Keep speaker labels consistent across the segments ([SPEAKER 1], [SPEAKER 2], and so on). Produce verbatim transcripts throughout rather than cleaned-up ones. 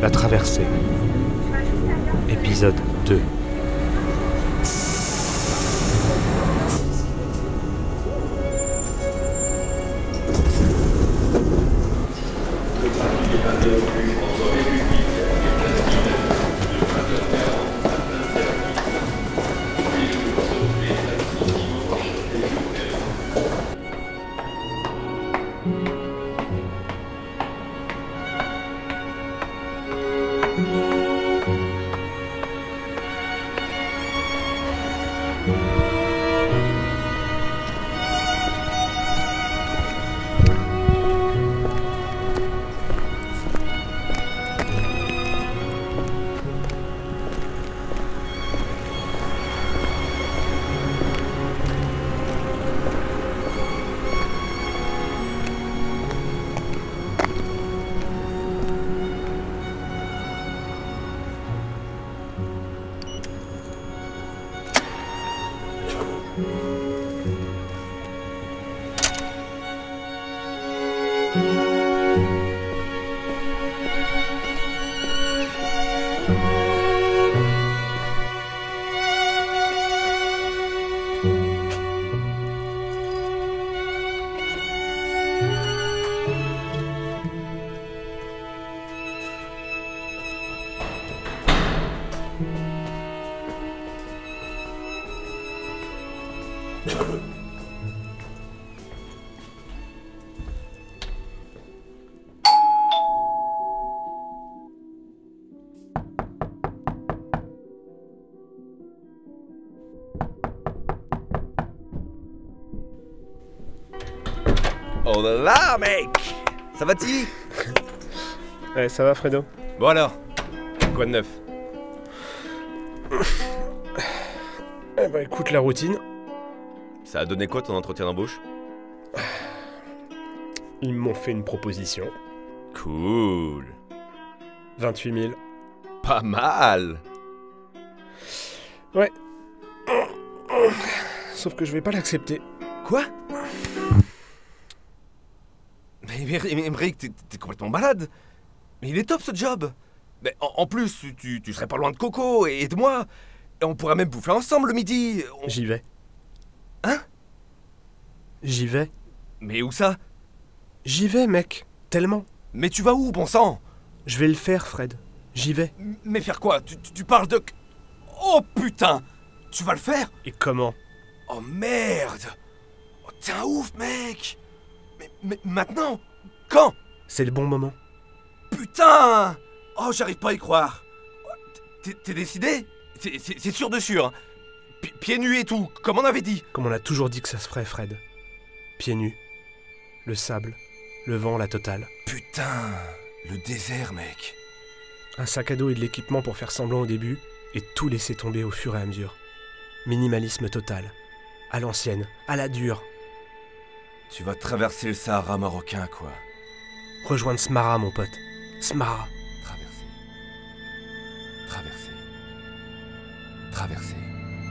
[SPEAKER 1] La traversée. Épisode deux.
[SPEAKER 2] Oh là là, mec! Ça va-t-il?
[SPEAKER 1] Ouais, ça va, Fredo?
[SPEAKER 2] Bon alors, quoi de neuf?
[SPEAKER 1] Eh bah écoute, la routine.
[SPEAKER 2] Ça a donné quoi ton entretien d'embauche?
[SPEAKER 1] Ils m'ont fait une proposition.
[SPEAKER 2] Cool.
[SPEAKER 1] vingt-huit mille.
[SPEAKER 2] Pas mal.
[SPEAKER 1] Ouais. Sauf que je vais pas l'accepter.
[SPEAKER 2] Quoi? Mais, mais, mais Emmerich, t'es, t'es complètement malade. Mais il est top ce job. Mais en, en plus, tu, tu serais pas loin de Coco et de moi. Et on pourrait même bouffer ensemble le midi. On...
[SPEAKER 1] J'y vais.
[SPEAKER 2] Hein?
[SPEAKER 1] J'y vais.
[SPEAKER 2] Mais où ça?
[SPEAKER 1] J'y vais, mec. Tellement.
[SPEAKER 2] Mais tu vas où, bon sang?
[SPEAKER 1] Je vais le faire, Fred. J'y vais.
[SPEAKER 2] Mais faire quoi? tu, tu, tu parles de... Oh putain! Tu vas le faire?
[SPEAKER 1] Et comment?
[SPEAKER 2] Oh merde! Oh, t'es un ouf, mec! Mais, mais maintenant? Quand?
[SPEAKER 1] C'est le bon moment.
[SPEAKER 2] Putain! Oh, j'arrive pas à y croire. T'es, t'es décidé? C'est, c'est, c'est sûr de sûr. Pi- pieds nus et tout, comme on avait dit.
[SPEAKER 1] Comme on a toujours dit que ça se ferait, Fred. Pieds nus. Le sable. Le vent, la totale.
[SPEAKER 2] Putain, le désert, mec.
[SPEAKER 1] Un sac à dos et de l'équipement pour faire semblant au début, et tout laisser tomber au fur et à mesure. Minimalisme total. À l'ancienne, à la dure.
[SPEAKER 2] Tu vas traverser le Sahara marocain, quoi.
[SPEAKER 1] Rejoindre Smara, mon pote. Smara.
[SPEAKER 2] Traverser. Traverser. Traverser.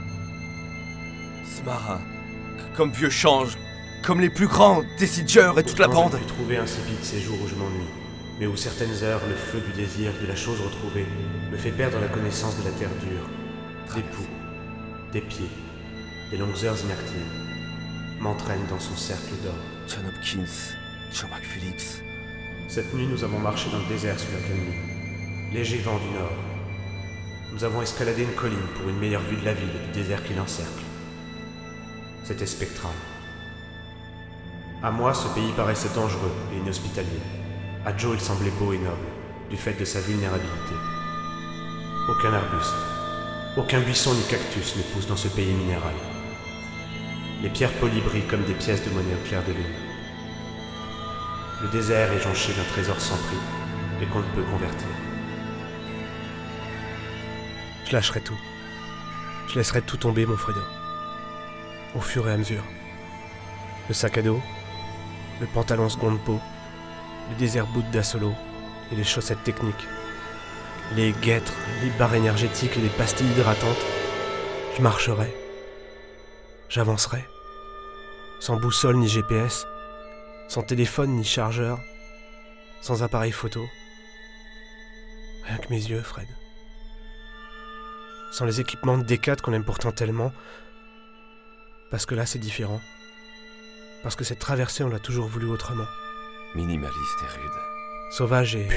[SPEAKER 2] Smara. C- Comme vieux change. Comme les plus grands, Décideur et toute la bande.
[SPEAKER 1] J'ai pu trouver un sépide ces jours où je m'ennuie, mais où certaines heures, le feu du désir, de la chose retrouvée, me fait perdre la connaissance de la terre dure. Des poux, des pieds, des longues heures inactives, m'entraîne dans son cercle d'or.
[SPEAKER 2] John Hopkins, Joe McPhillips.
[SPEAKER 1] Cette nuit, nous avons marché dans le désert sous la pleine lune. Léger vent du nord. Nous avons escaladé une colline pour une meilleure vue de la ville et du désert qui l'encercle. C'était spectral. À moi, ce pays paraissait dangereux et inhospitalier. À Joe, il semblait beau et noble, du fait de sa vulnérabilité. Aucun arbuste, aucun buisson ni cactus ne pousse dans ce pays minéral. Les pierres polies brillent comme des pièces de monnaie au clair de lune. Le désert est jonché d'un trésor sans prix et qu'on ne peut convertir. Je lâcherai tout. Je laisserai tout tomber, mon Fredo. Au fur et à mesure. Le sac à dos, le pantalon seconde peau, le désert boot d'Assolo et les chaussettes techniques. Les guêtres, les barres énergétiques et les pastilles hydratantes. Je marcherai. J'avancerai. Sans boussole ni G P S. Sans téléphone ni chargeur. Sans appareil photo. Rien que mes yeux, Fred. Sans les équipements de D quatre qu'on aime pourtant tellement. Parce que là, c'est différent. Parce que cette traversée, on l'a toujours voulu autrement.
[SPEAKER 2] Minimaliste et rude.
[SPEAKER 1] Sauvage et...
[SPEAKER 2] Pur.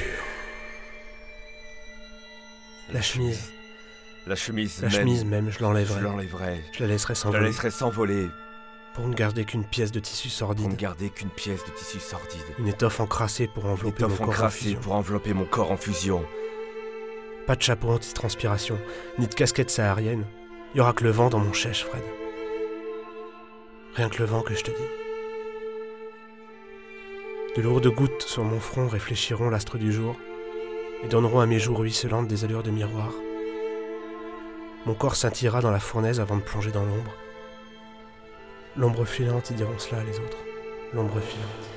[SPEAKER 1] La chemise.
[SPEAKER 2] La chemise
[SPEAKER 1] La
[SPEAKER 2] même.
[SPEAKER 1] chemise même, je l'enlèverais.
[SPEAKER 2] Je l'enlèverais.
[SPEAKER 1] Je la laisserais
[SPEAKER 2] Je
[SPEAKER 1] s'envoler.
[SPEAKER 2] la laisserais s'envoler
[SPEAKER 1] Pour ne garder qu'une pièce de tissu
[SPEAKER 2] pour
[SPEAKER 1] sordide.
[SPEAKER 2] ne garder qu'une pièce de tissu sordide.
[SPEAKER 1] Une étoffe encrassée pour
[SPEAKER 2] Une
[SPEAKER 1] envelopper mon
[SPEAKER 2] étoffe
[SPEAKER 1] corps en
[SPEAKER 2] encrassée
[SPEAKER 1] fusion.
[SPEAKER 2] pour envelopper mon corps en fusion.
[SPEAKER 1] Pas de chapeau anti-transpiration, ni de casquette saharienne. Il y aura que le vent dans mon chèche, Fred. Rien que le vent que je te dis. De lourdes gouttes sur mon front réfléchiront l'astre du jour et donneront à mes joues ruisselantes des allures de miroir. Mon corps scintillera dans la fournaise avant de plonger dans l'ombre. L'ombre filante, ils diront cela les autres. L'ombre filante.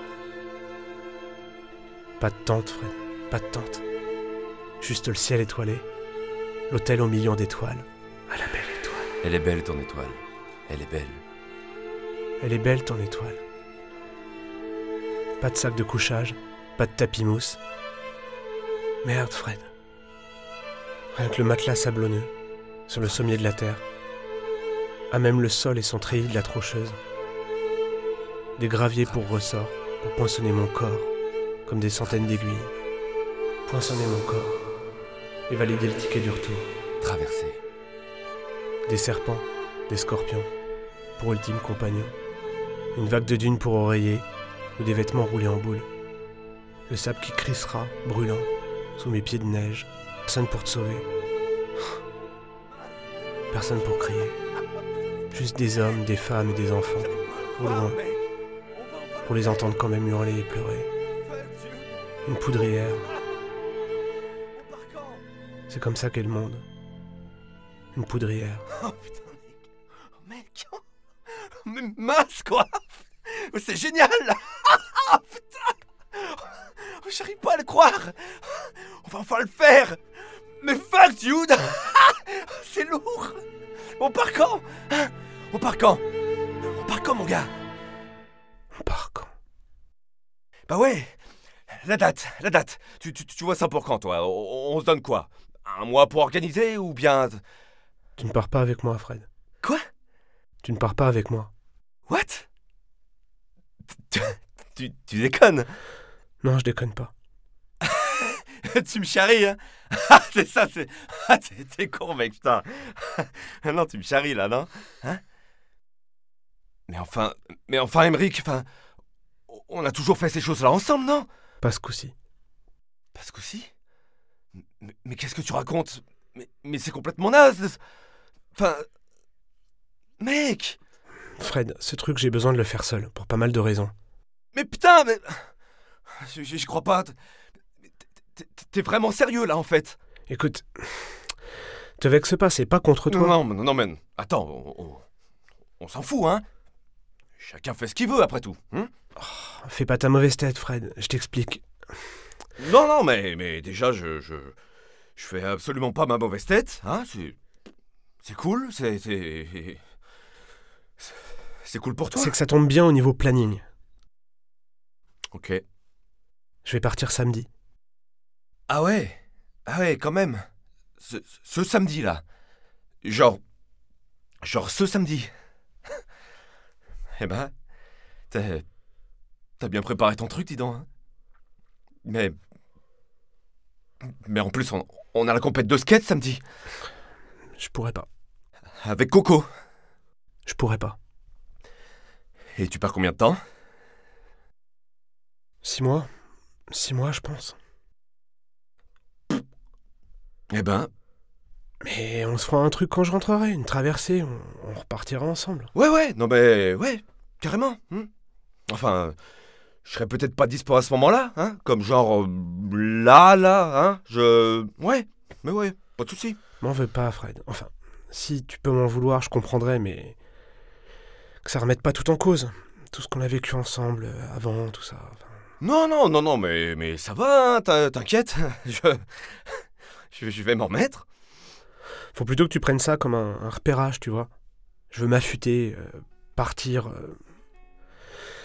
[SPEAKER 1] Pas de tente, Fred, pas de tente. Juste le ciel étoilé, l'hôtel aux millions d'étoiles. À la belle étoile.
[SPEAKER 2] Elle est belle ton étoile. Elle est belle.
[SPEAKER 1] Elle est belle ton étoile. Pas de sac de couchage, pas de tapis mousse. Merde, Fred. Rien que le matelas sablonneux, sur le sommier de la terre. À même le sol et son treillis de la trocheuse. Des graviers pour ressort, pour poinçonner mon corps, comme des centaines d'aiguilles. Poinçonner mon corps, et valider le ticket du retour.
[SPEAKER 2] Traversée.
[SPEAKER 1] Des serpents, des scorpions, pour ultime compagnon. Une vague de dunes pour oreiller, ou des vêtements roulés en boule. Le sable qui crissera, brûlant, sous mes pieds de neige. Personne pour te sauver. Personne pour crier. Juste des hommes, des femmes et des enfants, au loin, pour les entendre quand même hurler et pleurer. Une poudrière. C'est comme ça qu'est le monde. Une poudrière.
[SPEAKER 2] Oh putain, mec. Oh, mec. Mais mince quoi. C'est génial. Oh putain. Oh, j'arrive pas à le croire. On va enfin le faire. Mais fuck dude. C'est lourd. On part quand? On part quand? On part quand mon gars?
[SPEAKER 1] On part quand?
[SPEAKER 2] Bah ouais. La date, la date. Tu, tu, tu vois ça pour quand toi? on, on se donne quoi? Un mois pour organiser ou bien...
[SPEAKER 1] Tu ne pars pas avec moi, Fred.
[SPEAKER 2] Quoi?
[SPEAKER 1] Tu ne pars pas avec moi.
[SPEAKER 2] What? Tu, tu, tu déconnes?
[SPEAKER 1] Non, je déconne pas.
[SPEAKER 2] Tu me charries, hein? Ah, c'est ça, c'est... Ah, t'es, t'es con, mec, putain. Non, tu me charries, là, non? Hein? Mais enfin... Mais enfin, Aymeric, enfin... On a toujours fait ces choses-là ensemble, non?
[SPEAKER 1] Pas ce coup-ci.
[SPEAKER 2] Pas ce coup-ci? Mais, mais qu'est-ce que tu racontes? Mais, mais c'est complètement naze. Enfin... Mec!
[SPEAKER 1] Fred, ce truc, j'ai besoin de le faire seul, pour pas mal de raisons.
[SPEAKER 2] Mais putain, mais... Je, je, je crois pas... T'es, t'es vraiment sérieux, là, en fait?
[SPEAKER 1] Écoute, te vexe pas, c'est pas contre toi.
[SPEAKER 2] Non, non, non, mais... Attends, on, on, on s'en fout, hein? Chacun fait ce qu'il veut, après tout. Hein?
[SPEAKER 1] Oh, fais pas ta mauvaise tête, Fred, je t'explique.
[SPEAKER 2] Non, non, mais, mais déjà, je, je... Je fais absolument pas ma mauvaise tête, hein? C'est... C'est cool, c'est... C'est, c'est cool pour toi.
[SPEAKER 1] C'est que ça tombe bien au niveau planning.
[SPEAKER 2] Ok.
[SPEAKER 1] Je vais partir samedi.
[SPEAKER 2] Ah ouais? Ah ouais, quand même. Ce, ce samedi-là. Genre... Genre ce samedi. Eh ben... T'as... T'as bien préparé ton truc, dis donc. Hein? Mais... Mais en plus, on, on a la compète de skate samedi.
[SPEAKER 1] Je pourrais pas.
[SPEAKER 2] Avec Coco.
[SPEAKER 1] Je pourrais pas.
[SPEAKER 2] Et tu pars combien de temps?
[SPEAKER 1] Six mois. Six mois, je pense.
[SPEAKER 2] Eh ben...
[SPEAKER 1] Mais on se fera un truc quand je rentrerai, une traversée, on, on repartira ensemble.
[SPEAKER 2] Ouais, ouais, non mais... Ouais, carrément. Hein. Enfin... Euh, je serais peut-être pas dispo à ce moment-là, hein. Comme genre... Euh, là, là, hein. Je... Ouais, mais ouais, pas de soucis.
[SPEAKER 1] M'en veux pas, Fred. Enfin, si tu peux m'en vouloir, je comprendrais, mais... Que ça remette pas tout en cause. Tout ce qu'on a vécu ensemble, euh, avant, tout ça. Enfin...
[SPEAKER 2] Non, non, non, non, mais, mais ça va, hein, t'inquiète. Je... je... Je vais m'en remettre.
[SPEAKER 1] Faut plutôt que tu prennes ça comme un, un repérage, tu vois. Je veux m'affûter, euh, partir... Euh...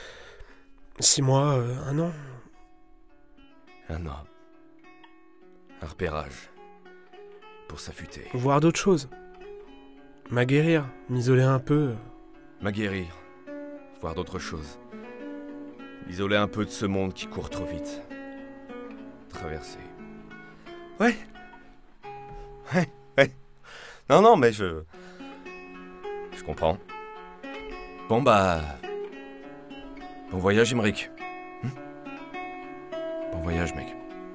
[SPEAKER 1] Six mois, euh, un an.
[SPEAKER 2] Un an. Un repérage. Pour s'affûter.
[SPEAKER 3] Voir d'autres choses. M'aguerrir, m'isoler un peu.
[SPEAKER 2] M'aguerrir. Voir d'autres choses. M'isoler un peu de ce monde qui court trop vite. Traverser. Ouais. Ouais, ouais. Non, non, mais je... Je comprends. Bon, bah... Bon voyage, Émeric. Hum bon voyage, mec.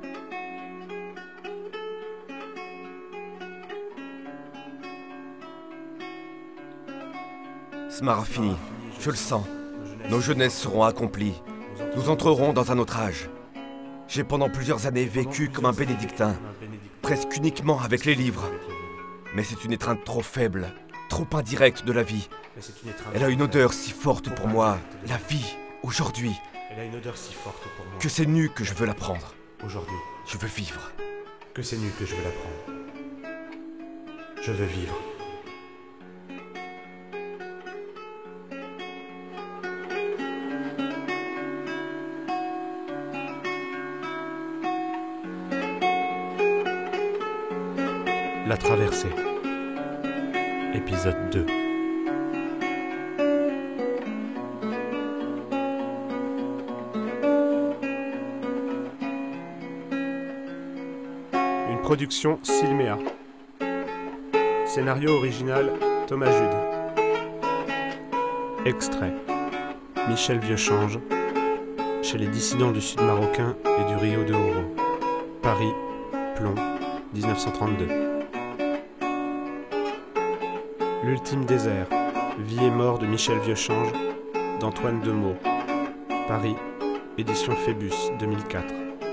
[SPEAKER 2] Smar fini. Je le sens. Nos jeunesses seront accomplies. Nous entrerons dans un autre âge. J'ai pendant plusieurs années vécu comme un bénédictin, presque uniquement avec les livres. Mais c'est une étreinte trop faible, trop indirecte de la vie. Elle a une odeur si forte pour moi, la vie, aujourd'hui, que c'est nu que je veux la prendre.
[SPEAKER 1] Aujourd'hui,
[SPEAKER 2] je veux vivre.
[SPEAKER 1] Que c'est nu que je veux la prendre. Je veux vivre. La traversée. Épisode deux. Une production Silméa. Scénario original Thomas Jude. Extrait Michel Vieuxchange, chez les dissidents du Sud marocain et du Rio de Oro. Paris, Plomb, dix-neuf cent trente-deux. L'ultime désert, vie et mort de Michel Vieuxchange, d'Antoine Demeaux. Paris, édition Phébus, deux mille quatre.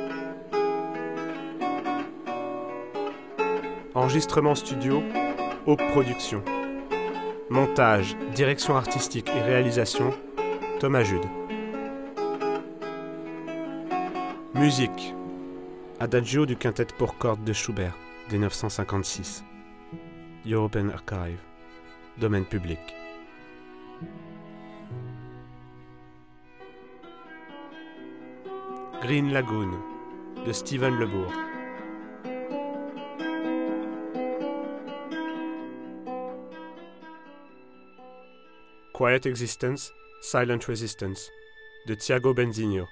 [SPEAKER 1] Enregistrement studio, Aube Productions. Montage, direction artistique et réalisation, Thomas Jude. Musique, Adagio du quintet pour cordes de Schubert, dès neuf cent cinquante-six. European Archive. Domaine public. Green Lagoon de Steven Lebourg. Quiet Existence, Silent Resistance de Tiago Benzinho.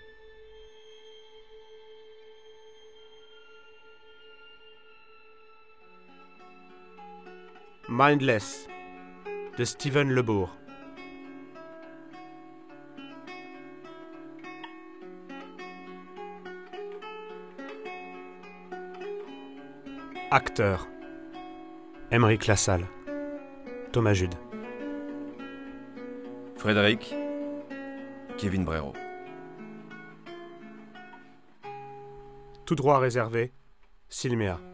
[SPEAKER 1] Mindless de Steven Lebourg. Acteur Émeric Lassalle. Thomas Jude.
[SPEAKER 2] Frédéric, Kevin Brero.
[SPEAKER 1] Tout droit réservé, Silméa.